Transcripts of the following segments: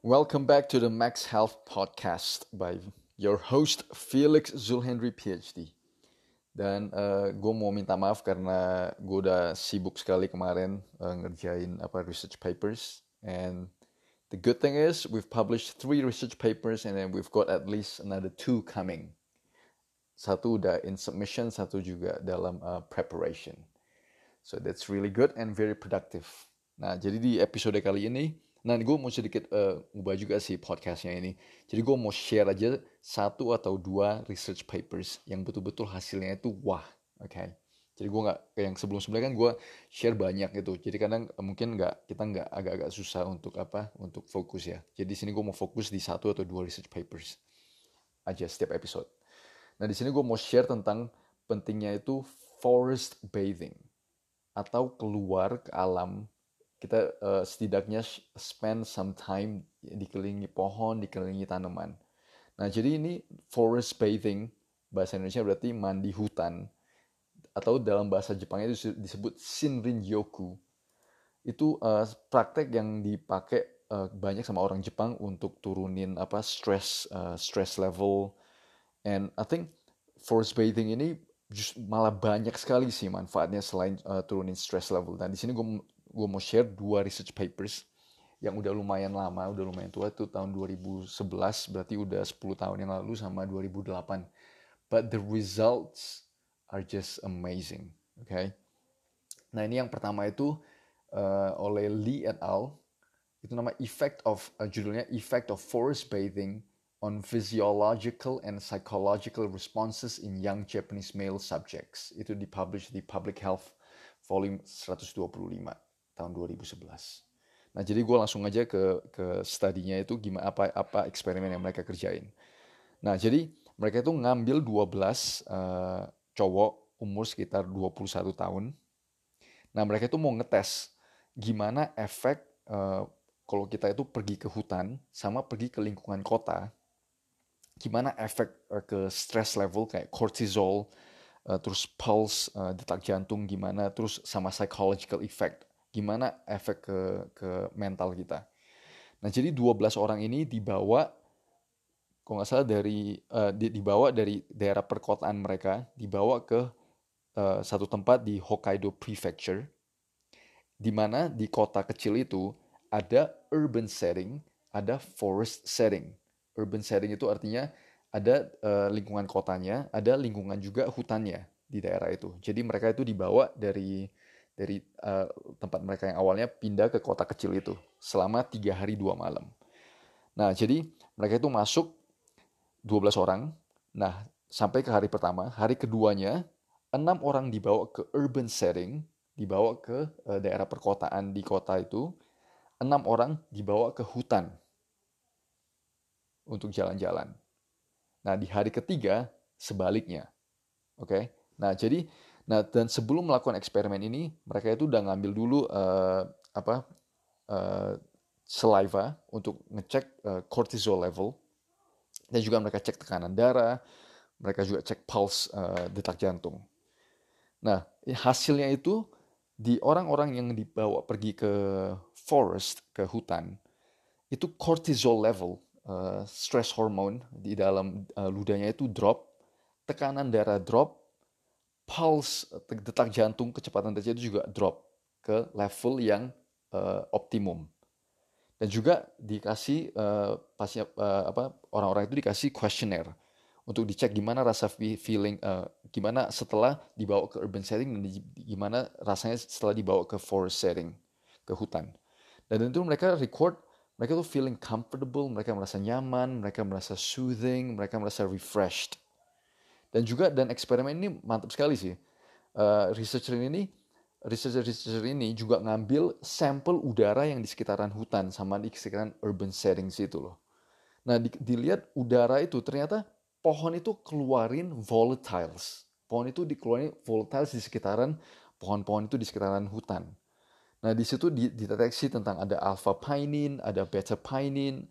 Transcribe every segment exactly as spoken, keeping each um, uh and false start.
Welcome back to the Max Health Podcast by your host Felix Zulhendri PhD. Dan uh, gue mau minta maaf karena gue udah sibuk sekali kemarin uh, ngerjain apa research papers. And the good thing is we've published three research papers and then we've got at least another two coming. Satu udah in submission, satu juga dalam uh, preparation. So that's really good and very productive. Nah, jadi di episode kali ini, nah gue mau sedikit uh, ubah juga sih podcastnya ini. Jadi gue mau share aja satu atau dua research papers yang betul-betul hasilnya itu wah, oke. Okay? Jadi gue nggak kayak yang sebelum-sebelumnya kan gue share banyak gitu. Jadi kadang uh, mungkin nggak kita nggak agak-agak susah untuk apa, untuk fokus ya. Jadi di sini gue mau fokus di satu atau dua research papers aja setiap episode. Nah di sini gue mau share tentang pentingnya itu forest bathing atau keluar ke alam. Kita uh, setidaknya spend some time dikelilingi pohon, dikelilingi tanaman. Nah jadi ini forest bathing, bahasa Indonesia berarti mandi hutan, atau dalam bahasa Jepangnya itu disebut Shinrin-yoku. Itu uh, praktek yang dipakai uh, banyak sama orang Jepang untuk turunin apa stress uh, stress level. And I think forest bathing ini just malah banyak sekali sih manfaatnya selain uh, turunin stress level. Dan di sini gue gue mau share dua research papers yang udah lumayan lama, udah lumayan tua, itu tahun dua ribu sebelas, berarti udah sepuluh tahun yang lalu, sama dua ribu delapan. But the results are just amazing, okay? Nah ini yang pertama itu uh, oleh Lee et al. Itu nama effect of uh, judulnya Effect of Forest Bathing on Physiological and Psychological Responses in Young Japanese Male Subjects. Itu dipublish di Public Health volume seratus dua puluh lima tahun dua ribu sebelas. Nah jadi gue langsung aja ke ke studinya itu gimana, apa apa eksperimen yang mereka kerjain. Nah jadi mereka itu ngambil dua belas uh, cowok umur sekitar dua puluh satu tahun. Nah mereka itu mau ngetes gimana efek uh, kalau kita itu pergi ke hutan sama pergi ke lingkungan kota, gimana efek uh, ke stress level kayak cortisol, uh, terus pulse, uh, detak jantung gimana, terus sama psychological effect, gimana efek ke ke mental kita. Nah jadi dua belas orang ini dibawa, kalau nggak salah dari uh, dibawa dari daerah perkotaan mereka, dibawa ke uh, satu tempat di Hokkaido Prefecture, di mana di kota kecil itu ada urban setting, ada forest setting. Urban setting itu artinya ada uh, lingkungan kotanya, ada lingkungan juga hutannya di daerah itu. Jadi mereka itu dibawa dari dari uh, tempat mereka yang awalnya pindah ke kota kecil itu selama tiga hari dua malam. Nah jadi mereka itu masuk dua belas orang. Nah sampai ke hari pertama, hari keduanya enam orang dibawa ke urban setting, dibawa ke uh, daerah perkotaan di kota itu, enam orang dibawa ke hutan untuk jalan-jalan. Nah, di hari ketiga sebaliknya. Oke. Okay? Nah, jadi nah dan sebelum melakukan eksperimen ini, mereka itu udah ngambil dulu uh, apa uh, saliva untuk ngecek uh, cortisol level, dan juga mereka cek tekanan darah, mereka juga cek pulse, uh, detak jantung. Nah, hasilnya itu di orang-orang yang dibawa pergi ke forest, ke hutan, itu cortisol level, uh, stress hormone di dalam uh, ludahnya itu drop, tekanan darah drop, pulse, detak jantung, kecepatan detak itu juga drop ke level yang uh, optimum. Dan juga dikasih uh, pasien uh, apa orang-orang itu dikasih questionnaire untuk dicek gimana rasa feeling, uh, gimana setelah dibawa ke urban setting dan gimana rasanya setelah dibawa ke forest setting, ke hutan. Dan tentu mereka record, mereka tuh feeling comfortable, mereka merasa nyaman, mereka merasa soothing, mereka merasa refreshed. Dan juga dan eksperimen ini mantap sekali sih. Uh, researcher ini researcher-researcher ini juga ngambil sampel udara yang di sekitaran hutan sama di sekitaran urban settings itu loh. Nah, di, dilihat udara itu ternyata pohon itu keluarin volatiles. Pohon itu dikeluarin volatiles di sekitaran pohon-pohon itu di sekitaran hutan. Nah, di situ dideteksi tentang ada alpha pinene, ada beta pinene,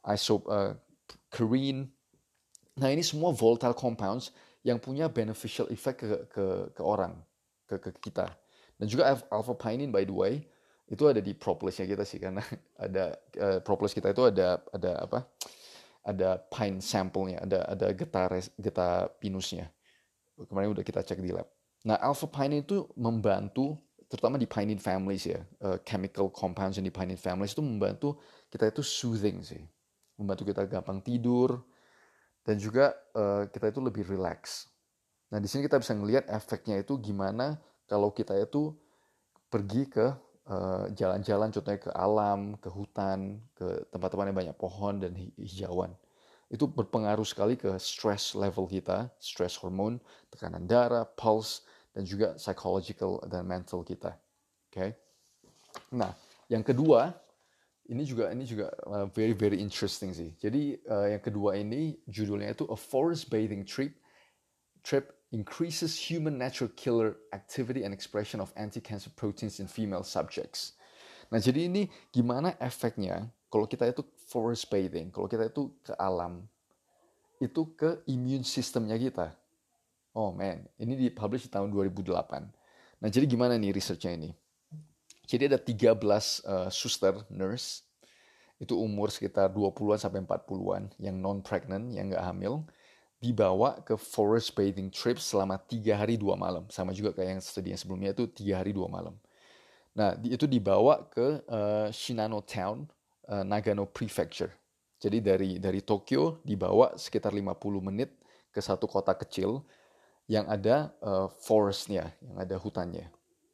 isoprene. Nah, ini semua volatile compounds yang punya beneficial effect ke ke, ke orang, ke, ke kita. Dan juga alpha pinene by the way, Itu ada di propolisnya kita sih, karena ada uh, propolis kita itu ada ada apa? Ada pine sample-nya, ada ada getah res, getah pinusnya. Kemarin udah kita cek di lab. Nah, alpha pinene itu membantu, terutama di pinene families ya, uh, chemical compounds yang di pinene families itu membantu kita itu soothing sih, membantu kita gampang tidur dan juga uh, kita itu lebih relax. Nah, di sini kita bisa ngelihat efeknya itu gimana kalau kita itu pergi ke uh, jalan-jalan, contohnya ke alam, ke hutan, ke tempat-tempat yang banyak pohon dan hijauan. Itu berpengaruh sekali ke stress level kita, stress hormon, tekanan darah, pulse, dan juga psychological dan mental kita. Oke. Okay? Nah, yang kedua, ini juga ini juga uh, very very interesting sih. Jadi uh, yang kedua ini judulnya itu A Forest Bathing Trip trip increases human natural killer activity and expression of anti-cancer proteins in female subjects. Nah, jadi ini gimana efeknya kalau kita itu forest bathing, kalau kita itu ke alam, itu ke immune systemnya kita. Oh man, ini dipublish di tahun dua ribu delapan. Nah, jadi gimana nih researchnya ini? Jadi ada tiga belas uh, suster, nurse, itu umur sekitar dua puluhan sampai empat puluhan, yang non-pregnant, yang nggak hamil, dibawa ke forest bathing trip selama tiga hari dua malam. Sama juga kayak yang studi yang sebelumnya itu tiga hari dua malam. Nah, itu dibawa ke uh, Shinano Town, uh, Nagano Prefecture. Jadi dari dari Tokyo dibawa sekitar lima puluh menit ke satu kota kecil yang ada uh, forestnya, yang ada hutannya.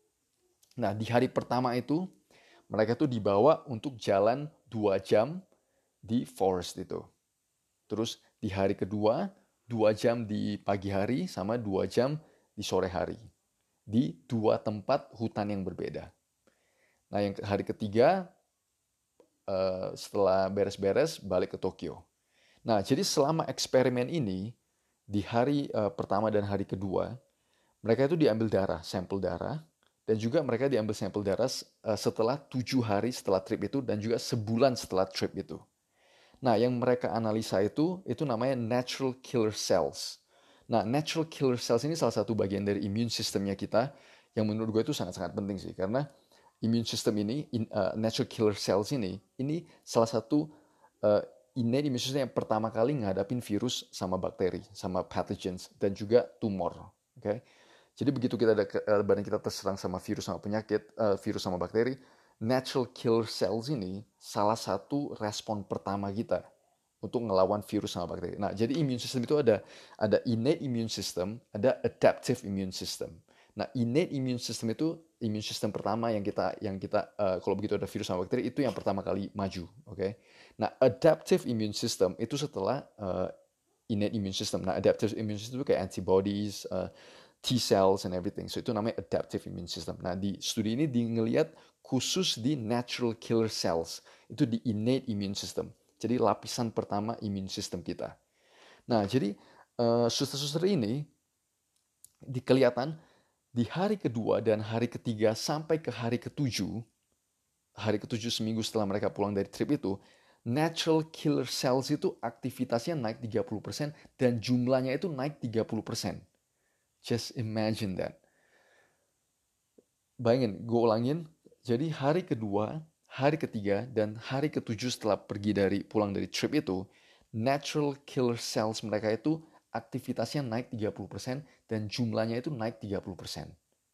Nah, di hari pertama itu mereka tuh dibawa untuk jalan dua jam di forest itu. Terus di hari kedua, dua jam di pagi hari sama dua jam di sore hari. Di dua tempat hutan yang berbeda. Nah, yang hari ketiga, uh, setelah beres-beres, balik ke Tokyo. Nah, jadi selama eksperimen ini, di hari uh, pertama dan hari kedua, mereka itu diambil darah, sampel darah, dan juga mereka diambil sampel darah uh, setelah tujuh hari setelah trip itu, dan juga sebulan setelah trip itu. Nah, yang mereka analisa itu, itu namanya natural killer cells. Nah, natural killer cells ini salah satu bagian dari immune systemnya kita, yang menurut gue itu sangat-sangat penting sih, karena immune system ini, in, uh, natural killer cells ini, ini salah satu uh, innate immune system yang pertama kali ngadapin virus sama bakteri, sama pathogens, dan juga tumor. Oke, okay? Jadi begitu kita ada uh, badan kita terserang sama virus sama penyakit, uh, virus sama bakteri, natural killer cells ini salah satu respon pertama kita untuk ngelawan virus sama bakteri. Nah, jadi immune system itu ada ada innate immune system, ada adaptive immune system. Nah, innate immune system itu immune system pertama yang kita yang kita uh, kalau begitu ada virus sama bakteri itu yang pertama kali maju, oke? Okay? Nah, adaptive immune system itu setelah uh, innate immune system. Nah, adaptive immune system itu kayak antibodies, uh, T cells and everything. So itu namanya adaptive immune system. Nah, di studi ini di ngelihat khusus di natural killer cells, itu di innate immune system. Jadi lapisan pertama immune system kita. Nah, jadi uh, suster-suster ini dikelihatan di hari kedua dan hari ketiga sampai ke hari ketujuh, hari ketujuh seminggu setelah mereka pulang dari trip itu, natural killer cells itu aktivitasnya naik tiga puluh persen dan jumlahnya itu naik tiga puluh persen. Just imagine that. Bayangin, gue ulangin. Jadi hari kedua, hari ketiga, dan hari ketujuh setelah pergi dari pulang dari trip itu, natural killer cells mereka itu aktivitasnya naik tiga puluh persen dan jumlahnya itu naik tiga puluh persen.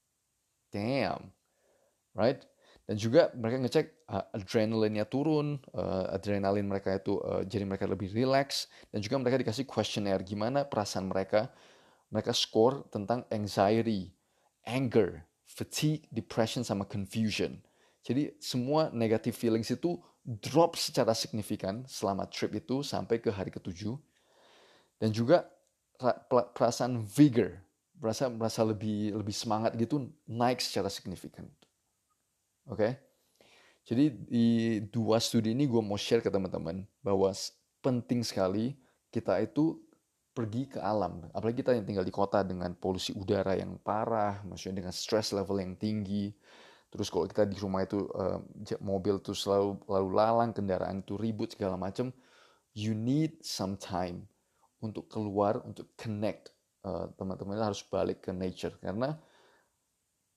Damn. Right? Dan juga mereka ngecek uh, adrenalinnya turun, uh, adrenalin mereka itu uh, jadi mereka lebih relax, dan juga mereka dikasih questionnaire gimana perasaan mereka. Mereka score tentang anxiety, anger, fatigue, depression, sama confusion. Jadi semua negative feelings itu drop secara signifikan selama trip itu sampai ke hari ketujuh. Dan juga perasaan vigor, merasa merasa lebih lebih semangat gitu naik secara signifikan. Oke, okay? Jadi di dua studi ini gue mau share ke teman-teman bahwa penting sekali kita itu pergi ke alam. Apalagi kita yang tinggal di kota dengan polusi udara yang parah, maksudnya dengan stress level yang tinggi. Terus kalau kita di rumah itu uh, mobil tuh selalu lalu lalang, kendaraan itu ribut segala macam. You need some time untuk keluar, untuk connect. Uh, teman-teman harus balik ke nature karena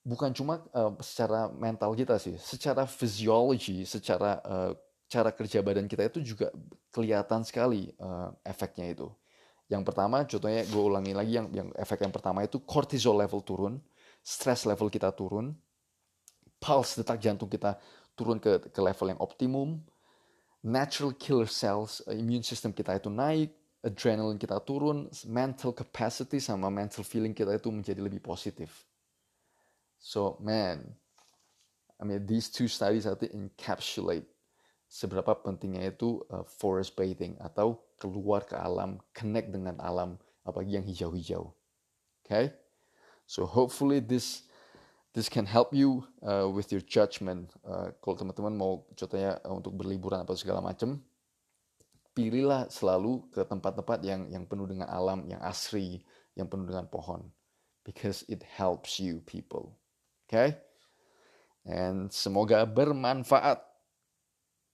bukan cuma uh, secara mental kita sih, secara physiology, secara uh, cara kerja badan kita itu juga kelihatan sekali uh, efeknya itu. Yang pertama, contohnya gue ulangi lagi yang, yang efek yang pertama itu cortisol level turun, stress level kita turun, pulse detak jantung kita turun ke ke level yang optimum, natural killer cells, immune system kita itu naik, adrenaline kita turun, mental capacity sama mental feeling kita itu menjadi lebih positif. So man, I mean these two studies I think encapsulate seberapa pentingnya itu uh, forest bathing atau keluar ke alam, connect dengan alam, apalagi yang hijau-hijau. Okay? So hopefully this this can help you uh, with your judgment. Uh, kalau teman-teman mau contohnya uh, untuk berliburan atau segala macam, pilihlah selalu ke tempat-tempat yang yang penuh dengan alam, yang asri, yang penuh dengan pohon, because it helps you people. Okay? And semoga bermanfaat.